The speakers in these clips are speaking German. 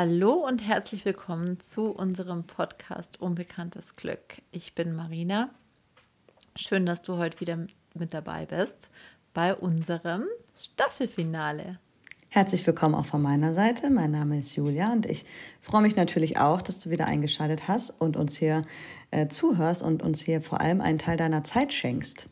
Hallo und herzlich willkommen zu unserem Podcast Unbekanntes Glück. Ich bin Marina. Schön, dass du heute wieder mit dabei bist bei unserem Staffelfinale. Herzlich willkommen auch von meiner Seite. Mein Name ist Julia und ich freue mich natürlich auch, dass du wieder eingeschaltet hast und uns hier zuhörst und uns hier vor allem einen Teil deiner Zeit schenkst.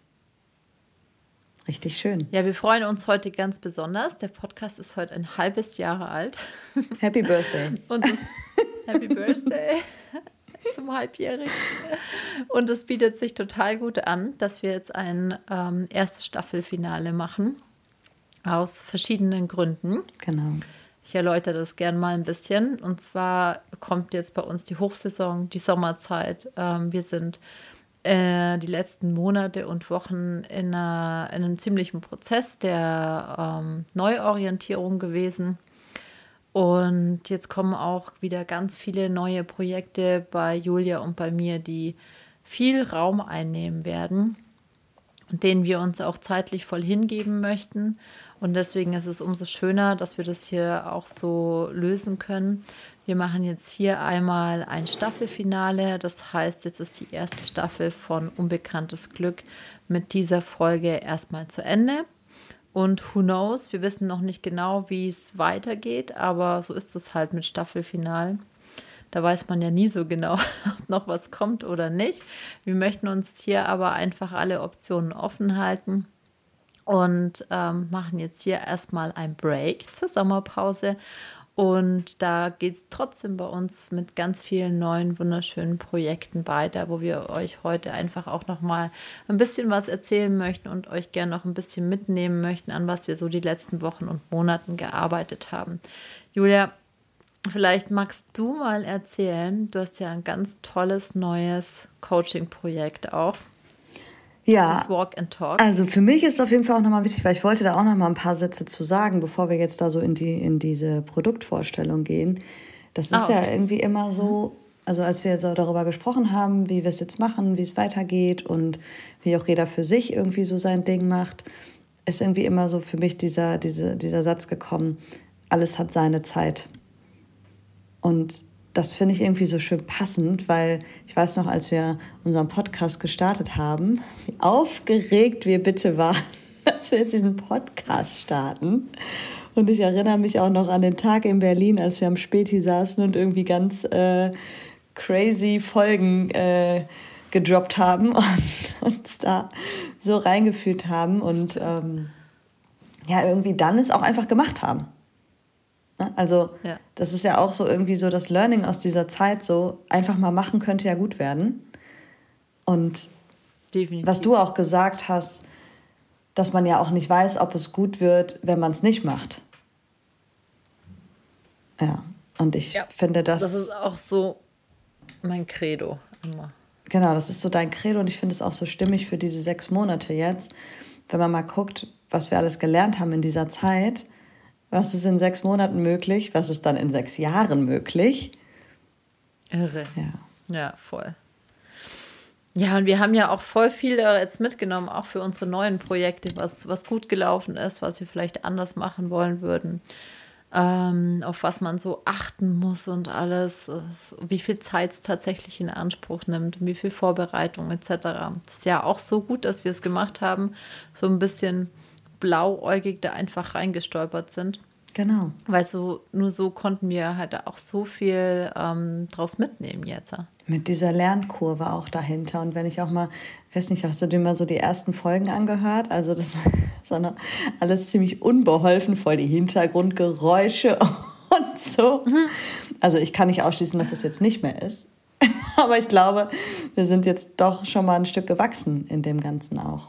Richtig schön. Ja, wir freuen uns heute ganz besonders. Der Podcast ist heute ein halbes Jahr alt. Happy Birthday. Happy Birthday zum Halbjährigen. Und es bietet sich total gut an, dass wir jetzt ein erstes Staffelfinale machen. Aus verschiedenen Gründen. Genau. Ich erläutere das gern mal ein bisschen. Und zwar kommt jetzt bei uns die Hochsaison, die Sommerzeit. Wir sind die letzten Monate und Wochen in einem ziemlichen Prozess der Neuorientierung gewesen. Und jetzt kommen auch wieder ganz viele neue Projekte bei Julia und bei mir, die viel Raum einnehmen werden, denen wir uns auch zeitlich voll hingeben möchten. Und deswegen ist es umso schöner, dass wir das hier auch so lösen können. Wir machen jetzt hier einmal ein Staffelfinale. Das heißt, jetzt ist die erste Staffel von Unbekanntes Glück mit dieser Folge erstmal zu Ende. Und who knows, wir wissen noch nicht genau, wie es weitergeht, aber so ist es halt mit Staffelfinalen. Da weiß man ja nie so genau, ob noch was kommt oder nicht. Wir möchten uns hier aber einfach alle Optionen offen halten und machen jetzt hier erstmal ein Break zur Sommerpause. Und da geht es trotzdem bei uns mit ganz vielen neuen, wunderschönen Projekten weiter, wo wir euch heute einfach auch nochmal ein bisschen was erzählen möchten und euch gerne noch ein bisschen mitnehmen möchten, an was wir so die letzten Wochen und Monaten gearbeitet haben. Julia, vielleicht magst du mal erzählen, du hast ja ein ganz tolles neues Coaching-Projekt auch. Ja, das Walk and Talk. Also für mich ist es auf jeden Fall auch nochmal wichtig, weil ich wollte da auch nochmal ein paar Sätze zu sagen, bevor wir jetzt da so in diese Produktvorstellung gehen. Das ist ja irgendwie immer so, also als wir so darüber gesprochen haben, wie wir es jetzt machen, wie es weitergeht und wie auch jeder für sich irgendwie so sein Ding macht, ist irgendwie immer so für mich dieser Satz gekommen, alles hat seine Zeit. Und das finde ich irgendwie so schön passend, weil ich weiß noch, als wir unseren Podcast gestartet haben, wie aufgeregt wir bitte waren, dass wir jetzt diesen Podcast starten. Und ich erinnere mich auch noch an den Tag in Berlin, als wir am Späti saßen und irgendwie ganz crazy Folgen gedroppt haben und uns da so reingefühlt haben und ja, irgendwie dann es auch einfach gemacht haben. Also ja. Das ist ja auch so irgendwie so das Learning aus dieser Zeit, so einfach mal machen könnte ja gut werden. Und definitiv. Was du auch gesagt hast, dass man ja auch nicht weiß, ob es gut wird, wenn man es nicht macht. Ja, und ich finde das... Das ist auch so mein Credo immer. Genau, das ist so dein Credo und ich finde es auch so stimmig für diese 6 Monate jetzt. Wenn man mal guckt, was wir alles gelernt haben in dieser Zeit... Was ist in 6 Monaten möglich? Was ist dann in 6 Jahren möglich? Irre. Ja, voll. Ja, und wir haben ja auch voll viel da jetzt mitgenommen, auch für unsere neuen Projekte, was gut gelaufen ist, was wir vielleicht anders machen wollen würden, auf was man so achten muss und alles, wie viel Zeit es tatsächlich in Anspruch nimmt, wie viel Vorbereitung etc. Das ist ja auch so gut, dass wir es gemacht haben, so ein bisschen blauäugig da einfach reingestolpert sind. Genau. Weil nur so konnten wir halt auch so viel draus mitnehmen jetzt. Mit dieser Lernkurve auch dahinter. Und wenn ich auch mal, ich weiß nicht, hast du dir mal so die ersten Folgen angehört? Also das ist alles ziemlich unbeholfen, voll die Hintergrundgeräusche und so. Also ich kann nicht ausschließen, dass das jetzt nicht mehr ist. Aber ich glaube, wir sind jetzt doch schon mal ein Stück gewachsen in dem Ganzen auch.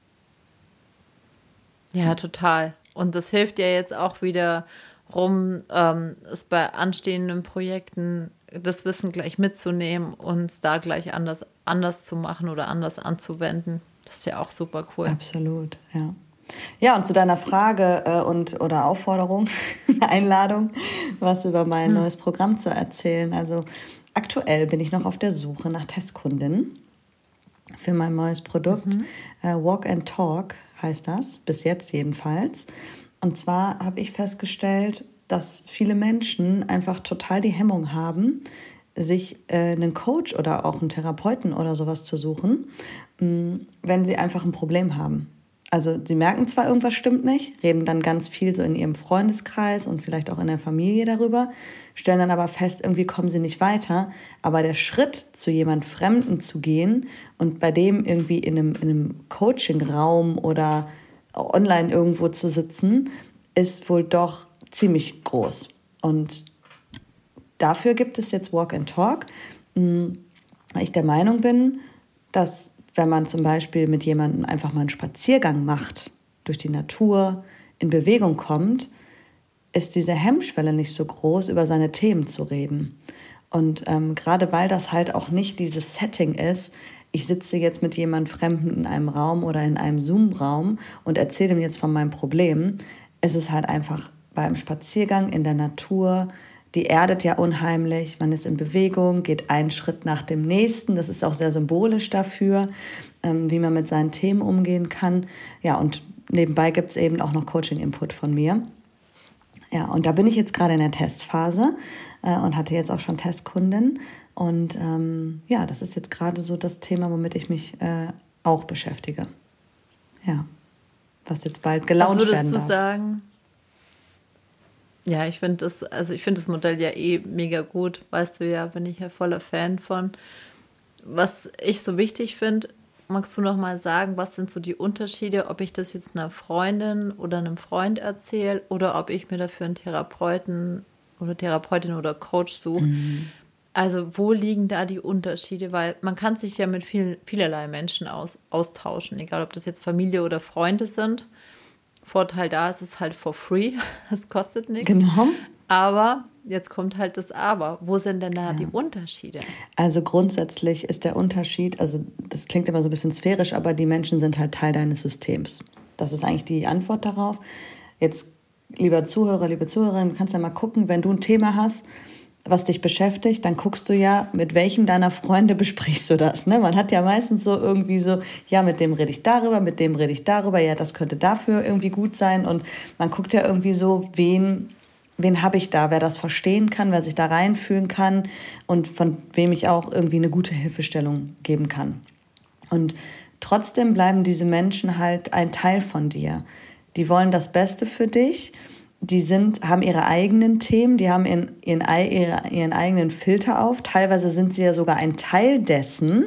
Ja, total. Und das hilft ja jetzt auch wieder rum, es bei anstehenden Projekten das Wissen gleich mitzunehmen und da gleich anders zu machen oder anders anzuwenden. Das ist ja auch super cool. Absolut, ja. Ja, und zu deiner Frage oder Aufforderung, Einladung, was über mein neues Programm zu erzählen. Also aktuell bin ich noch auf der Suche nach Testkundinnen für mein neues Produkt. Walk and Talk heißt das, bis jetzt jedenfalls. Und zwar habe ich festgestellt, dass viele Menschen einfach total die Hemmung haben, sich einen Coach oder auch einen Therapeuten oder sowas zu suchen, wenn sie einfach ein Problem haben. Also sie merken zwar, irgendwas stimmt nicht, reden dann ganz viel so in ihrem Freundeskreis und vielleicht auch in der Familie darüber, stellen dann aber fest, irgendwie kommen sie nicht weiter. Aber der Schritt, zu jemand Fremden zu gehen und bei dem irgendwie in einem Coaching-Raum oder online irgendwo zu sitzen, ist wohl doch ziemlich groß. Und dafür gibt es jetzt Walk and Talk, weil ich der Meinung bin, dass wenn man zum Beispiel mit jemandem einfach mal einen Spaziergang macht, durch die Natur, in Bewegung kommt, ist diese Hemmschwelle nicht so groß, über seine Themen zu reden. Und gerade weil das halt auch nicht dieses Setting ist, ich sitze jetzt mit jemandem Fremden in einem Raum oder in einem Zoom-Raum und erzähle ihm jetzt von meinem Problem, ist es halt einfach beim Spaziergang in der Natur. Die erdet ja unheimlich, man ist in Bewegung, geht einen Schritt nach dem nächsten. Das ist auch sehr symbolisch dafür, wie man mit seinen Themen umgehen kann. Ja, und nebenbei gibt es eben auch noch Coaching-Input von mir. Ja, und da bin ich jetzt gerade in der Testphase und hatte jetzt auch schon Testkunden. Und ja, das ist jetzt gerade so das Thema, womit ich mich auch beschäftige. Ja, was jetzt bald gelauncht werden darf. Was würdest du sagen? Ja, ich finde das Modell ja mega gut, weißt du ja, bin ich ja voller Fan von. Was ich so wichtig finde, magst du noch mal sagen, was sind so die Unterschiede, ob ich das jetzt einer Freundin oder einem Freund erzähle oder ob ich mir dafür einen Therapeuten oder Therapeutin oder Coach suche? Also wo liegen da die Unterschiede? Weil man kann sich ja mit vielerlei Menschen austauschen, egal ob das jetzt Familie oder Freunde sind. Vorteil da ist es halt for free, das kostet nichts. Genau. Aber jetzt kommt halt das Aber. Wo sind denn da die Unterschiede? Also grundsätzlich ist der Unterschied, also das klingt immer so ein bisschen sphärisch, aber die Menschen sind halt Teil deines Systems. Das ist eigentlich die Antwort darauf. Jetzt, lieber Zuhörer, liebe Zuhörerin, du kannst ja mal gucken, wenn du ein Thema hast, was dich beschäftigt, dann guckst du ja, mit welchem deiner Freunde besprichst du das. Ne? Man hat ja meistens so irgendwie so, ja, mit dem rede ich darüber, mit dem rede ich darüber, ja, das könnte dafür irgendwie gut sein. Und man guckt ja irgendwie so, wen habe ich da, wer das verstehen kann, wer sich da reinfühlen kann und von wem ich auch irgendwie eine gute Hilfestellung geben kann. Und trotzdem bleiben diese Menschen halt ein Teil von dir. Die wollen das Beste für dich. Die haben ihre eigenen Themen, die haben ihren eigenen Filter auf. Teilweise sind sie ja sogar ein Teil dessen.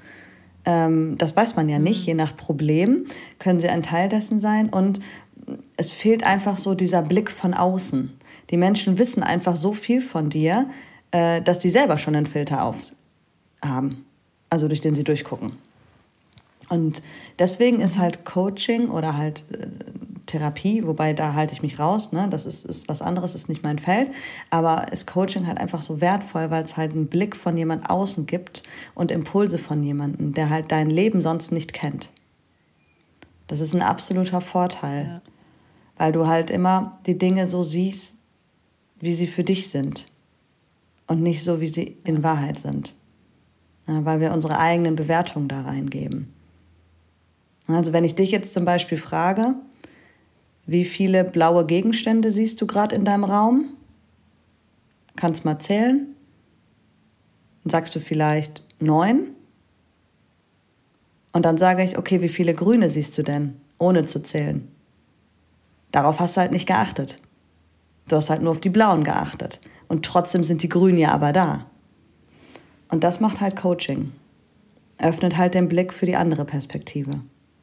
Das weiß man ja nicht, je nach Problem können sie ein Teil dessen sein. Und es fehlt einfach so dieser Blick von außen. Die Menschen wissen einfach so viel von dir, dass die selber schon einen Filter haben, also durch den sie durchgucken. Und deswegen ist halt Coaching oder halt Therapie, wobei da halte ich mich raus, ne? Das ist was anderes, ist nicht mein Feld, aber ist Coaching halt einfach so wertvoll, weil es halt einen Blick von jemand außen gibt und Impulse von jemandem, der halt dein Leben sonst nicht kennt. Das ist ein absoluter Vorteil, weil du halt immer die Dinge so siehst, wie sie für dich sind und nicht so, wie sie in Wahrheit sind, weil wir unsere eigenen Bewertungen da reingeben. Also wenn ich dich jetzt zum Beispiel frage, wie viele blaue Gegenstände siehst du gerade in deinem Raum? Kannst mal zählen? Dann sagst du vielleicht 9. Und dann sage ich, okay, wie viele grüne siehst du denn, ohne zu zählen? Darauf hast du halt nicht geachtet. Du hast halt nur auf die blauen geachtet. Und trotzdem sind die grünen ja aber da. Und das macht halt Coaching. Öffnet halt den Blick für die andere Perspektive.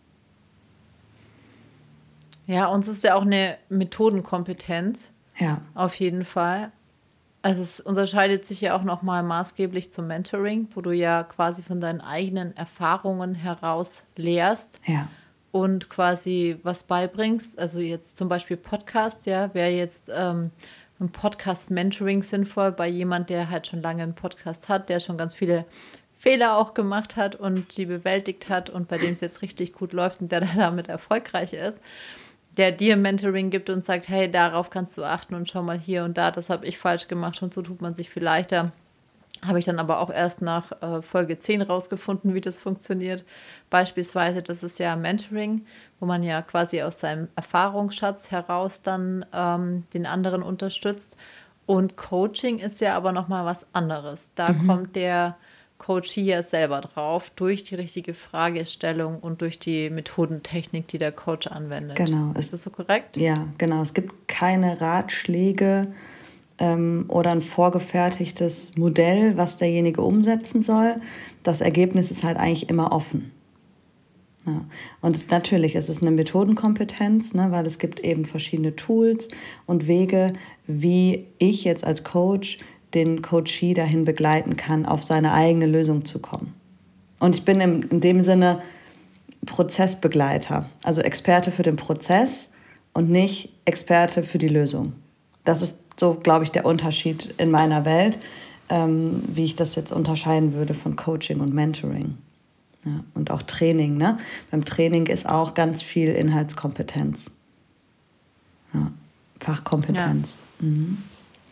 Ja, uns ist ja auch eine Methodenkompetenz. Ja. Auf jeden Fall. Also es unterscheidet sich ja auch nochmal maßgeblich zum Mentoring, wo du ja quasi von deinen eigenen Erfahrungen heraus lehrst. Ja. Und quasi was beibringst. Also jetzt zum Beispiel Podcast, ja, wäre jetzt ein Podcast-Mentoring sinnvoll bei jemand, der halt schon lange einen Podcast hat, der schon ganz viele Fehler auch gemacht hat und die bewältigt hat und bei dem es jetzt richtig gut läuft und der damit erfolgreich ist, der dir Mentoring gibt und sagt, hey, darauf kannst du achten und schau mal hier und da, das habe ich falsch gemacht und so tut man sich viel leichter Habe ich dann aber auch erst nach Folge 10 rausgefunden, wie das funktioniert. Beispielsweise, das ist ja Mentoring, wo man ja quasi aus seinem Erfahrungsschatz heraus dann den anderen unterstützt. Und Coaching ist ja aber nochmal was anderes. Da kommt der Coach ja selber drauf, durch die richtige Fragestellung und durch die Methodentechnik, die der Coach anwendet. Genau. Ist das so korrekt? Ja, genau. Es gibt keine Ratschläge oder ein vorgefertigtes Modell, was derjenige umsetzen soll. Das Ergebnis ist halt eigentlich immer offen. Ja. Und natürlich ist es eine Methodenkompetenz, ne, weil es gibt eben verschiedene Tools und Wege, wie ich jetzt als Coach den Coachee dahin begleiten kann, auf seine eigene Lösung zu kommen. Und ich bin in dem Sinne Prozessbegleiter, also Experte für den Prozess und nicht Experte für die Lösung. Das ist so, glaube ich, der Unterschied in meiner Welt, wie ich das jetzt unterscheiden würde von Coaching und Mentoring. Ja, und auch Training. Ne? Beim Training ist auch ganz viel Inhaltskompetenz. Ja, Fachkompetenz. Ja. Mhm.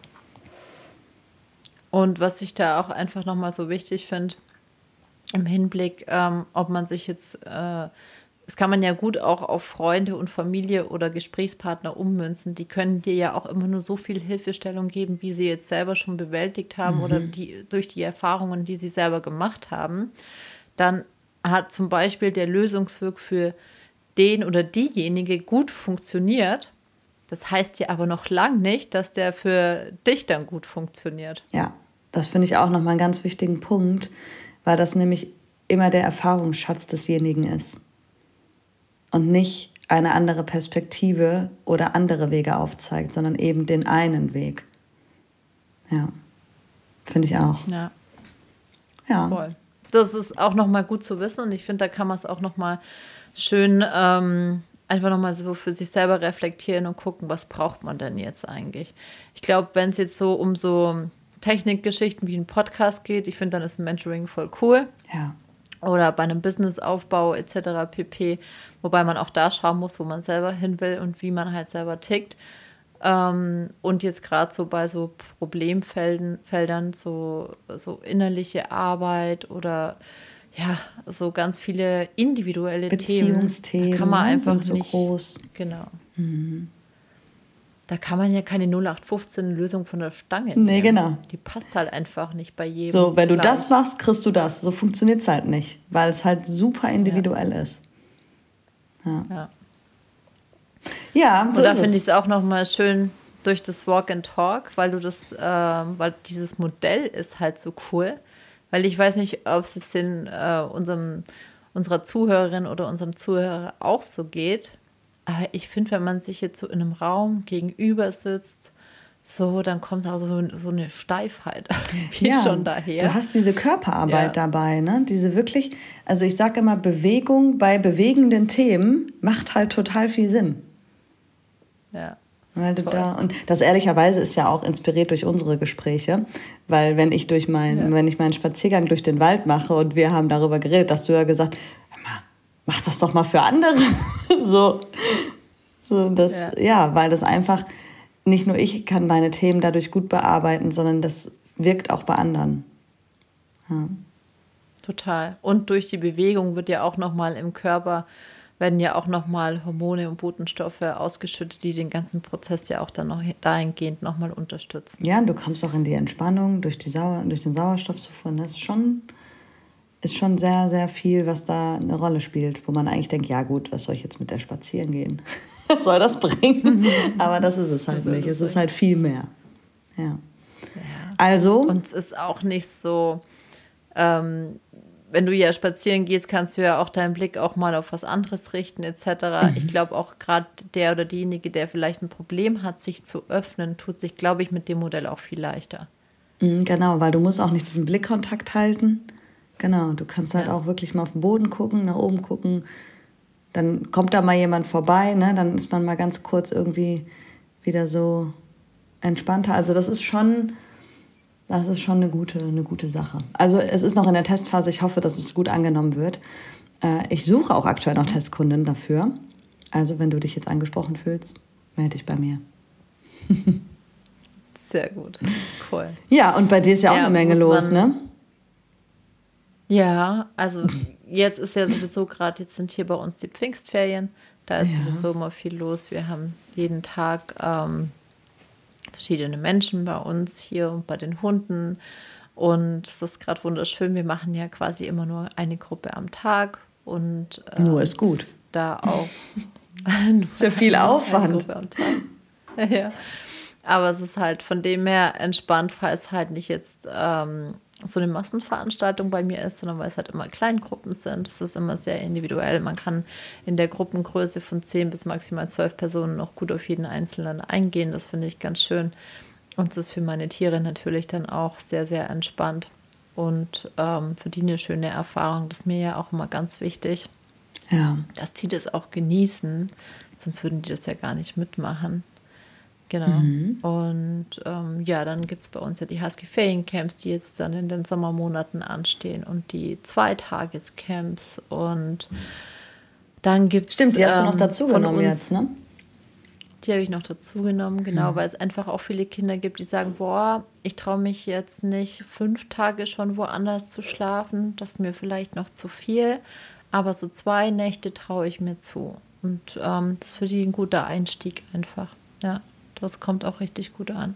Und was ich da auch einfach nochmal so wichtig finde, im Hinblick, ob man sich jetzt, das kann man ja gut auch auf Freunde und Familie oder Gesprächspartner ummünzen. Die können dir ja auch immer nur so viel Hilfestellung geben, wie sie jetzt selber schon bewältigt haben oder durch die Erfahrungen, die sie selber gemacht haben. Dann hat zum Beispiel der Lösungsweg für den oder diejenige gut funktioniert. Das heißt ja aber noch lang nicht, dass der für dich dann gut funktioniert. Ja, das finde ich auch nochmal einen ganz wichtigen Punkt, weil das nämlich immer der Erfahrungsschatz desjenigen ist und nicht eine andere Perspektive oder andere Wege aufzeigt, sondern eben den einen Weg. Ja, finde ich auch. Ja. Ja. Voll. Das ist auch nochmal gut zu wissen und ich finde, da kann man es auch nochmal schön einfach nochmal so für sich selber reflektieren und gucken, was braucht man denn jetzt eigentlich. Ich glaube, wenn es jetzt so um so Technikgeschichten wie ein Podcast geht, ich finde, dann ist ein Mentoring voll cool. Ja. Oder bei einem Businessaufbau etc. pp. Wobei man auch da schauen muss, wo man selber hin will und wie man halt selber tickt. Und jetzt gerade so bei so Problemfeldern, so innerliche Arbeit oder ja, so ganz viele individuelle Beziehungsthemen, da kann man einfach sind so nicht, groß. Genau. Da kann man ja keine 0815-Lösung von der Stange nehmen. Nee, genau. Die passt halt einfach nicht bei jedem. So, wenn du gleich. das machst, kriegst du das. So funktioniert es halt nicht, weil es halt super individuell ist. Ja. Ja, so und da ist finde es. ich es auch nochmal schön durch das Walk and Talk, weil weil dieses Modell ist halt so cool. Weil ich weiß nicht, ob es jetzt unserer Zuhörerin oder unserem Zuhörer auch so geht. Aber ich finde, wenn man sich jetzt so in einem Raum gegenüber sitzt, so, dann kommt auch so eine Steifheit schon daher. Du hast diese Körperarbeit dabei, ne? Diese wirklich, also ich sage immer, Bewegung bei bewegenden Themen macht halt total viel Sinn. Ja. Weil du und das ehrlicherweise ist ja auch inspiriert durch unsere Gespräche, weil wenn ich meinen Spaziergang durch den Wald mache und wir haben darüber geredet, dass du ja gesagt, mach das doch mal für andere. Weil das einfach, nicht nur ich kann meine Themen dadurch gut bearbeiten, sondern das wirkt auch bei anderen. Ja. Total. Und durch die Bewegung wird ja auch nochmal im Körper werden ja auch nochmal Hormone und Botenstoffe ausgeschüttet, die den ganzen Prozess ja auch dann noch dahingehend nochmal unterstützen. Ja, und du kommst auch in die Entspannung durch den Sauerstoffzufuhr. Das ist schon sehr, sehr viel, was da eine Rolle spielt, wo man eigentlich denkt, ja gut, was soll ich jetzt mit der spazieren gehen? Was soll das bringen? Aber das ist es halt nicht. Es ist halt viel mehr. Ja. Also. Und es ist auch nicht so, wenn du ja spazieren gehst, kannst du ja auch deinen Blick auch mal auf was anderes richten etc. Ich glaube auch gerade der oder diejenige, der vielleicht ein Problem hat, sich zu öffnen, tut sich, glaube ich, mit dem Modell auch viel leichter. Genau, weil du musst auch nicht diesen Blickkontakt halten. Genau, du kannst halt auch wirklich mal auf den Boden gucken, nach oben gucken. Dann kommt da mal jemand vorbei, ne? Dann ist man mal ganz kurz irgendwie wieder so entspannter. Also das ist schon eine gute Sache. Also es ist noch in der Testphase. Ich hoffe, dass es gut angenommen wird. Ich suche auch aktuell noch Testkunden dafür. Also wenn du dich jetzt angesprochen fühlst, melde dich bei mir. Sehr gut. Cool. Ja, und bei dir ist ja auch eine Menge los, ne? Ja, also jetzt ist ja sowieso gerade, jetzt sind hier bei uns die Pfingstferien. Da ist sowieso immer viel los. Wir haben jeden Tag verschiedene Menschen bei uns hier und bei den Hunden. Und es ist gerade wunderschön. Wir machen ja quasi immer nur eine Gruppe am Tag. Und nur ist gut. Da auch. Ist ja viel Aufwand. Eine Gruppe am Tag. Ja. Aber es ist halt von dem her entspannt, falls halt nicht jetzt so eine Massenveranstaltung bei mir ist, sondern weil es halt immer Kleingruppen sind. Es ist immer sehr individuell. Man kann in der Gruppengröße von 10 bis maximal 12 Personen noch gut auf jeden Einzelnen eingehen. Das finde ich ganz schön. Und es ist für meine Tiere natürlich dann auch sehr, sehr entspannt und für die eine schöne Erfahrung. Das ist mir ja auch immer ganz wichtig, dass die das auch genießen. Sonst würden die das ja gar nicht mitmachen. Genau. Und dann gibt es bei uns ja die Husky-Feriencamps, die jetzt dann in den Sommermonaten anstehen und die 2-Tages-Camps und dann gibt es... Stimmt, die hast du noch dazu genommen jetzt, ne? Die habe ich noch dazu genommen, genau, weil es einfach auch viele Kinder gibt, die sagen, boah, ich traue mich jetzt nicht 5 Tage schon woanders zu schlafen, das ist mir vielleicht noch zu viel, aber so 2 Nächte traue ich mir zu. Und das ist für die ein guter Einstieg einfach, ja. Das kommt auch richtig gut an.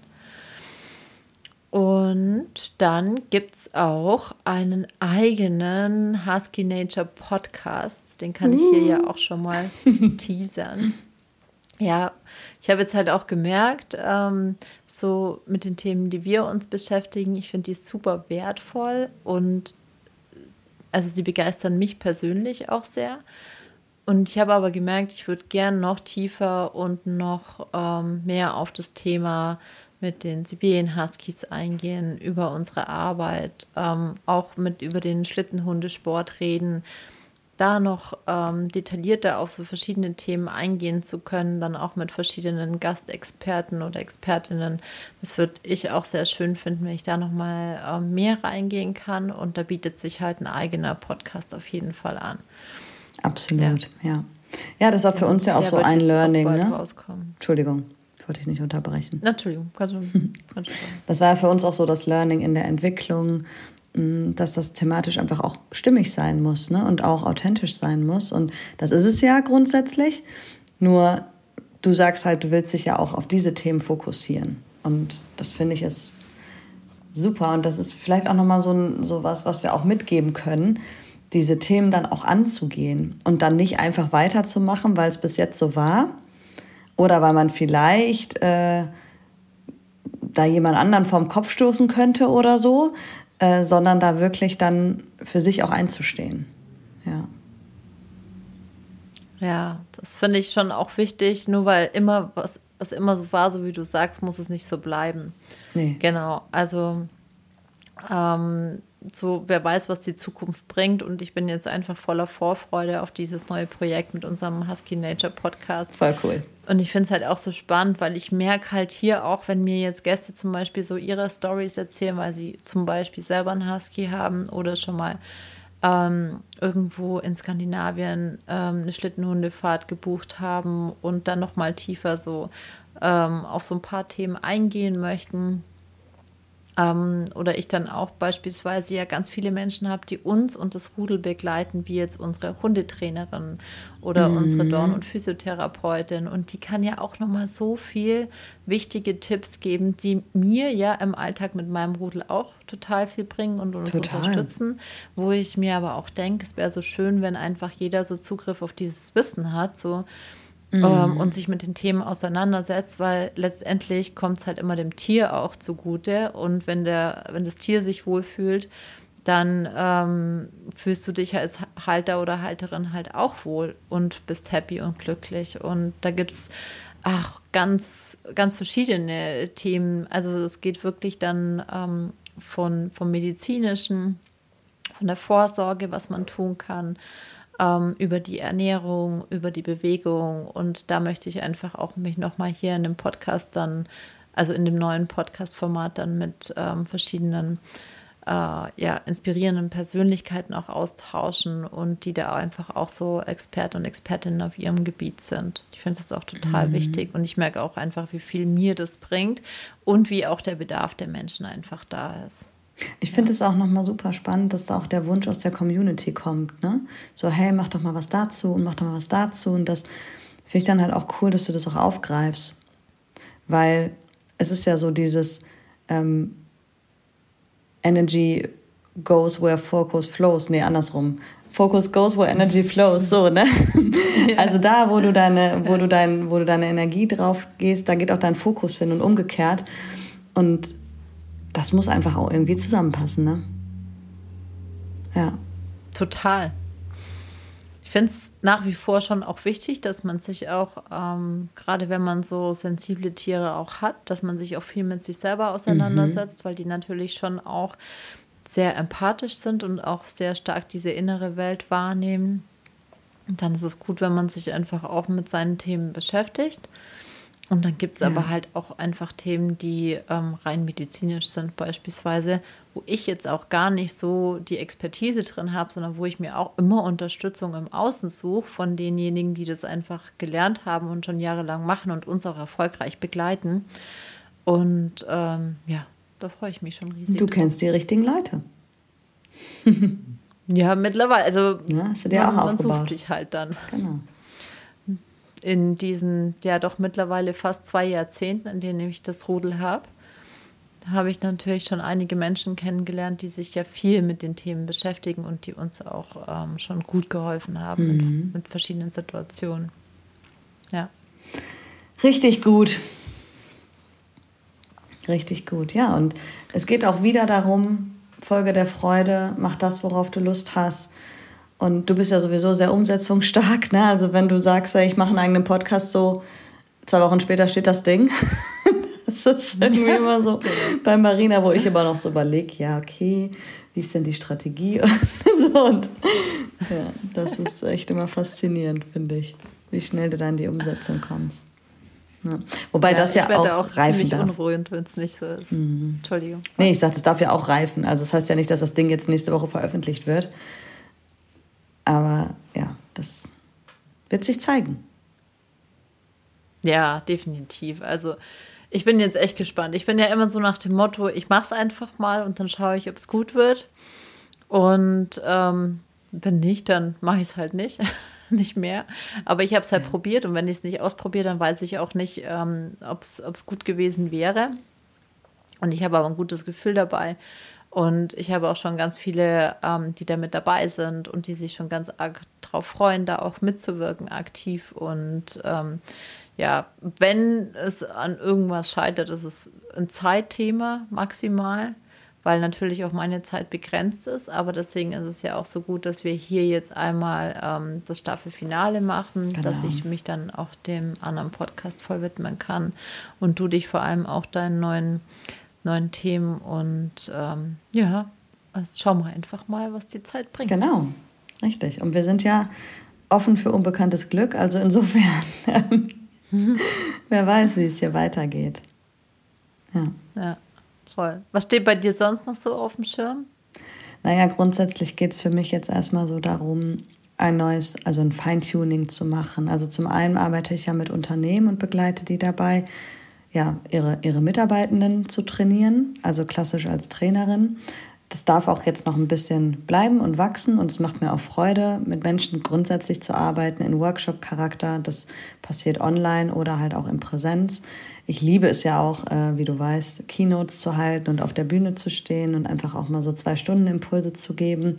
Und dann gibt es auch einen eigenen Husky Nature Podcast. Den kann ich hier ja auch schon mal teasern. Ja, ich habe jetzt halt auch gemerkt, so mit den Themen, die wir uns beschäftigen, ich finde die super wertvoll und also sie begeistern mich persönlich auch sehr. Und ich habe aber gemerkt, ich würde gern noch tiefer und noch mehr auf das Thema mit den Sibirien Huskies eingehen, über unsere Arbeit, auch über den Schlittenhundesport reden, da noch detaillierter auf so verschiedene Themen eingehen zu können, dann auch mit verschiedenen Gastexperten oder Expertinnen. Das würde ich auch sehr schön finden, wenn ich da nochmal mehr reingehen kann. Und da bietet sich halt ein eigener Podcast auf jeden Fall an. Absolut, ja. Ja, das war für uns ja auch so ein Learning, ne? Entschuldigung, ich wollte dich nicht unterbrechen. Entschuldigung, kannst du Das war ja für uns auch so das Learning in der Entwicklung, dass das thematisch einfach auch stimmig sein muss, ne? Und auch authentisch sein muss. Und das ist es ja grundsätzlich. Nur du sagst halt, du willst dich ja auch auf diese Themen fokussieren. Und das finde ich ist super. Und das ist vielleicht auch nochmal so was wir auch mitgeben können, diese Themen dann auch anzugehen und dann nicht einfach weiterzumachen, weil es bis jetzt so war oder weil man vielleicht da jemand anderen vorm Kopf stoßen könnte oder so, sondern da wirklich dann für sich auch einzustehen. Ja. Ja, das finde ich schon auch wichtig, nur weil immer es immer so war, so wie du sagst, muss es nicht so bleiben. Nee. Genau, also so, wer weiß, was die Zukunft bringt. Und ich bin jetzt einfach voller Vorfreude auf dieses neue Projekt mit unserem Husky Nature Podcast. Voll cool. Und ich finde es halt auch so spannend, weil ich merke halt hier auch, wenn mir jetzt Gäste zum Beispiel so ihre Storys erzählen, weil sie zum Beispiel selber einen Husky haben oder schon mal irgendwo in Skandinavien eine Schlittenhundefahrt gebucht haben und dann nochmal tiefer so auf so ein paar Themen eingehen möchten. Oder ich dann auch beispielsweise ja ganz viele Menschen habe, die uns und das Rudel begleiten, wie jetzt unsere Hundetrainerin oder unsere Dorn- und Physiotherapeutin. Und die kann ja auch nochmal so viel wichtige Tipps geben, die mir ja im Alltag mit meinem Rudel auch total viel bringen und uns unterstützen. Wo ich mir aber auch denke, es wäre so schön, wenn einfach jeder so Zugriff auf dieses Wissen hat, so und sich mit den Themen auseinandersetzt, weil letztendlich kommt es halt immer dem Tier auch zugute. Und wenn das Tier sich wohlfühlt, dann fühlst du dich als Halter oder Halterin halt auch wohl und bist happy und glücklich. Und da gibt es auch ganz, ganz verschiedene Themen. Also es geht wirklich dann vom Medizinischen, von der Vorsorge, was man tun kann, über die Ernährung, über die Bewegung. Und da möchte ich einfach auch mich nochmal hier in dem Podcast dann, also in dem neuen Podcast-Format dann mit verschiedenen ja, inspirierenden Persönlichkeiten auch austauschen und die da einfach auch so Experten und Expertinnen auf ihrem Gebiet sind. Ich finde das auch total wichtig und ich merke auch einfach, wie viel mir das bringt und wie auch der Bedarf der Menschen einfach da ist. Ich finde es auch nochmal super spannend, dass da auch der Wunsch aus der Community kommt, ne? So, hey, mach doch mal was dazu und mach doch mal was dazu. Und das finde ich dann halt auch cool, dass du das auch aufgreifst. Weil es ist ja so dieses Energy goes where focus flows. Nee, andersrum. Focus goes where energy flows, so, ne? Ja. Also da, wo du deine Energie drauf gehst, da geht auch dein Fokus hin und umgekehrt. Und das muss einfach auch irgendwie zusammenpassen, ne? Ja. Total. Ich finde es nach wie vor schon auch wichtig, dass man sich auch, gerade wenn man so sensible Tiere auch hat, dass man sich auch viel mit sich selber auseinandersetzt, weil die natürlich schon auch sehr empathisch sind und auch sehr stark diese innere Welt wahrnehmen. Und dann ist es gut, wenn man sich einfach auch mit seinen Themen beschäftigt. Und dann gibt es aber halt auch einfach Themen, die rein medizinisch sind beispielsweise, wo ich jetzt auch gar nicht so die Expertise drin habe, sondern wo ich mir auch immer Unterstützung im Außen suche von denjenigen, die das einfach gelernt haben und schon jahrelang machen und uns auch erfolgreich begleiten. Und ja, da freue ich mich schon riesig. Du kennst die richtigen Leute. Ja, mittlerweile. Also ja, hast du dir auch aufgebaut. Man sucht sich halt dann. Genau. In diesen, ja doch mittlerweile fast 2 Jahrzehnten, in denen ich das Rudel habe, habe ich natürlich schon einige Menschen kennengelernt, die sich ja viel mit den Themen beschäftigen und die uns auch schon gut geholfen haben mit verschiedenen Situationen. Ja. Richtig gut. Richtig gut, ja. Und es geht auch wieder darum, Folge der Freude, mach das, worauf du Lust hast. Und du bist ja sowieso sehr umsetzungsstark, ne? Also wenn du sagst, ich mache einen eigenen Podcast, so 2 Wochen später steht das Ding. Das ist irgendwie immer so bei Marina, wo ich immer noch so überlege, ja, okay, wie ist denn die Strategie? Und ja, das ist echt immer faszinierend, finde ich, wie schnell du da in die Umsetzung kommst. Ja. Wobei das ja auch reifen darf. Unruhig, wenn es nicht so ist. Entschuldigung. Nee, ich sage, das darf ja auch reifen. Also das heißt ja nicht, dass das Ding jetzt nächste Woche veröffentlicht wird. Aber ja, das wird sich zeigen. Ja, definitiv. Also ich bin jetzt echt gespannt. Ich bin ja immer so nach dem Motto, ich mache es einfach mal und dann schaue ich, ob es gut wird. Und wenn nicht, dann mache ich es halt nicht. Nicht mehr. Aber ich habe es halt probiert und wenn ich es nicht ausprobiere, dann weiß ich auch nicht, ob es gut gewesen wäre. Und ich habe aber ein gutes Gefühl dabei. Und ich habe auch schon ganz viele, die da mit dabei sind und die sich schon ganz arg drauf freuen, da auch mitzuwirken aktiv. Und ja, wenn es an irgendwas scheitert, ist es ein Zeitthema maximal, weil natürlich auch meine Zeit begrenzt ist. Aber deswegen ist es ja auch so gut, dass wir hier jetzt einmal das Staffelfinale machen, dass ich mich dann auch dem anderen Podcast voll widmen kann und du dich vor allem auch deinen neuen Themen und ja, also schauen wir einfach mal, was die Zeit bringt. Genau, richtig. Und wir sind ja offen für unbekanntes Glück, also insofern, wer weiß, wie es hier weitergeht. Ja, voll. Was steht bei dir sonst noch so auf dem Schirm? Naja, grundsätzlich geht es für mich jetzt erstmal so darum, ein Feintuning zu machen. Also zum einen arbeite ich ja mit Unternehmen und begleite die dabei, ja, ihre Mitarbeitenden zu trainieren, also klassisch als Trainerin. Das darf auch jetzt noch ein bisschen bleiben und wachsen und es macht mir auch Freude, mit Menschen grundsätzlich zu arbeiten in Workshop-Charakter. Das passiert online oder halt auch in Präsenz. Ich liebe es ja auch, wie du weißt, Keynotes zu halten und auf der Bühne zu stehen und einfach auch mal so 2 Stunden Impulse zu geben.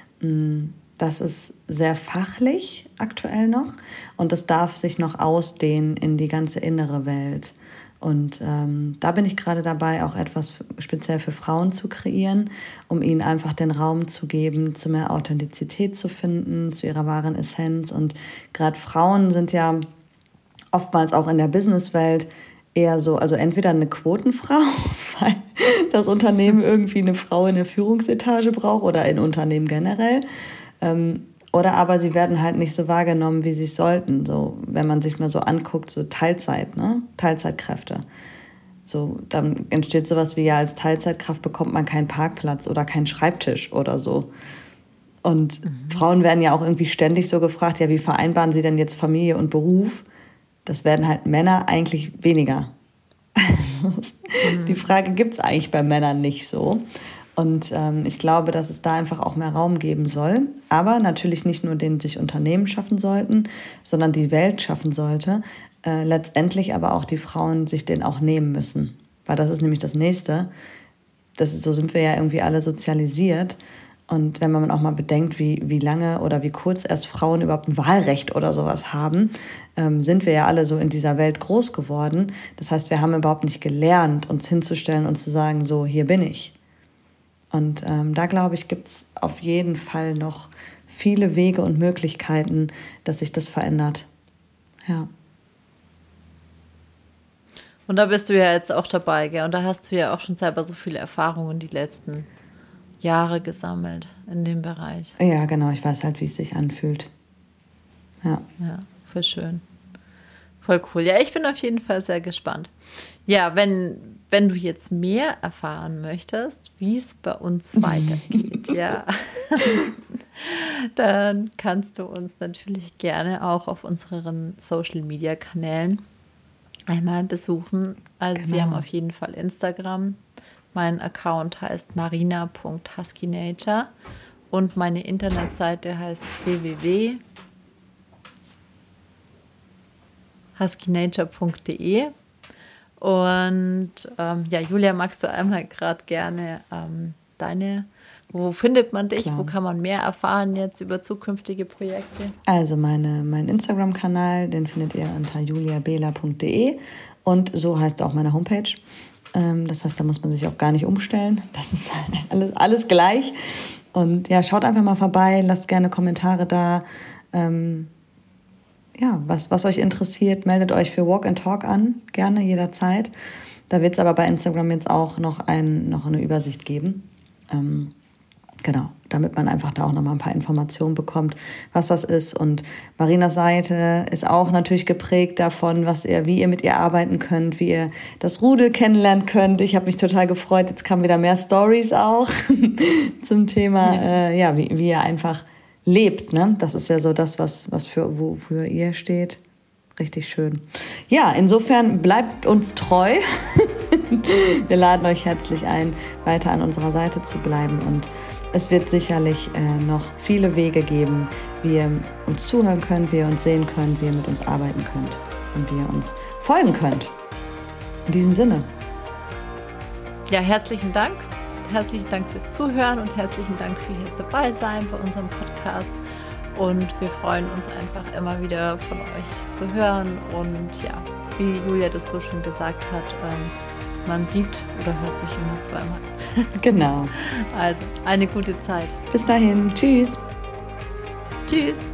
Das ist sehr fachlich aktuell noch und das darf sich noch ausdehnen in die ganze innere Welt. Und da bin ich gerade dabei, auch etwas speziell für Frauen zu kreieren, um ihnen einfach den Raum zu geben, zu mehr Authentizität zu finden, zu ihrer wahren Essenz. Und gerade Frauen sind ja oftmals auch in der Businesswelt eher so, also entweder eine Quotenfrau, weil das Unternehmen irgendwie eine Frau in der Führungsetage braucht oder in Unternehmen generell. Oder aber sie werden halt nicht so wahrgenommen, wie sie es sollten. So, wenn man sich mal so anguckt, so Teilzeit, ne? Teilzeitkräfte. So, dann entsteht sowas wie, ja, als Teilzeitkraft bekommt man keinen Parkplatz oder keinen Schreibtisch oder so. Und Frauen werden ja auch irgendwie ständig so gefragt, ja, wie vereinbaren sie denn jetzt Familie und Beruf? Das werden halt Männer eigentlich weniger. Die Frage gibt es eigentlich bei Männern nicht so. Und ich glaube, dass es da einfach auch mehr Raum geben soll. Aber natürlich nicht nur den sich Unternehmen schaffen sollten, sondern die Welt schaffen sollte. Letztendlich aber auch die Frauen sich den auch nehmen müssen. Weil das ist nämlich das Nächste. So sind wir ja irgendwie alle sozialisiert. Und wenn man auch mal bedenkt, wie lange oder wie kurz erst Frauen überhaupt ein Wahlrecht oder sowas haben, sind wir ja alle so in dieser Welt groß geworden. Das heißt, wir haben überhaupt nicht gelernt, uns hinzustellen und zu sagen, so, hier bin ich. Und da, glaube ich, gibt es auf jeden Fall noch viele Wege und Möglichkeiten, dass sich das verändert. Ja. Und da bist du ja jetzt auch dabei, gell? Und da hast du ja auch schon selber so viele Erfahrungen die letzten Jahre gesammelt in dem Bereich. Ja, genau. Ich weiß halt, wie es sich anfühlt. Ja. Ja, voll schön. Voll cool. Ja, ich bin auf jeden Fall sehr gespannt. Ja, wenn du jetzt mehr erfahren möchtest, wie es bei uns weitergeht, ja, dann kannst du uns natürlich gerne auch auf unseren Social-Media-Kanälen einmal besuchen. Also wir haben auf jeden Fall Instagram. Mein Account heißt marina.huskynature und meine Internetseite heißt www.huskynature.de. Und ja, Julia, magst du einmal gerade gerne wo findet man dich? Klar. Wo kann man mehr erfahren jetzt über zukünftige Projekte? Also mein Instagram-Kanal, den findet ihr unter juliabela.de und so heißt auch meine Homepage. Das heißt, da muss man sich auch gar nicht umstellen. Das ist alles gleich. Und ja, schaut einfach mal vorbei, lasst gerne Kommentare da. Ja, was euch interessiert, meldet euch für Walk and Talk an, gerne jederzeit. Da wird es aber bei Instagram jetzt auch noch eine Übersicht geben. Genau, damit man einfach da auch nochmal ein paar Informationen bekommt, was das ist. Und Marinas Seite ist auch natürlich geprägt davon, wie ihr mit ihr arbeiten könnt, wie ihr das Rudel kennenlernen könnt. Ich habe mich total gefreut, jetzt kamen wieder mehr Stories auch zum Thema, wie ihr einfach lebt. Ne? Das ist ja so das, wofür ihr steht. Richtig schön. Ja, insofern bleibt uns treu. Wir laden euch herzlich ein, weiter an unserer Seite zu bleiben und es wird sicherlich noch viele Wege geben, wie ihr uns zuhören könnt, wie ihr uns sehen könnt, wie ihr mit uns arbeiten könnt und wie ihr uns folgen könnt. In diesem Sinne. Ja, herzlichen Dank. Herzlichen Dank fürs Zuhören und herzlichen Dank fürs Dabeisein bei unserem Podcast. Und wir freuen uns einfach immer wieder von euch zu hören. Und ja, wie Julia das so schon gesagt hat, man sieht oder hört sich immer zweimal. Genau. Also, eine gute Zeit. Bis dahin. Tschüss. Tschüss.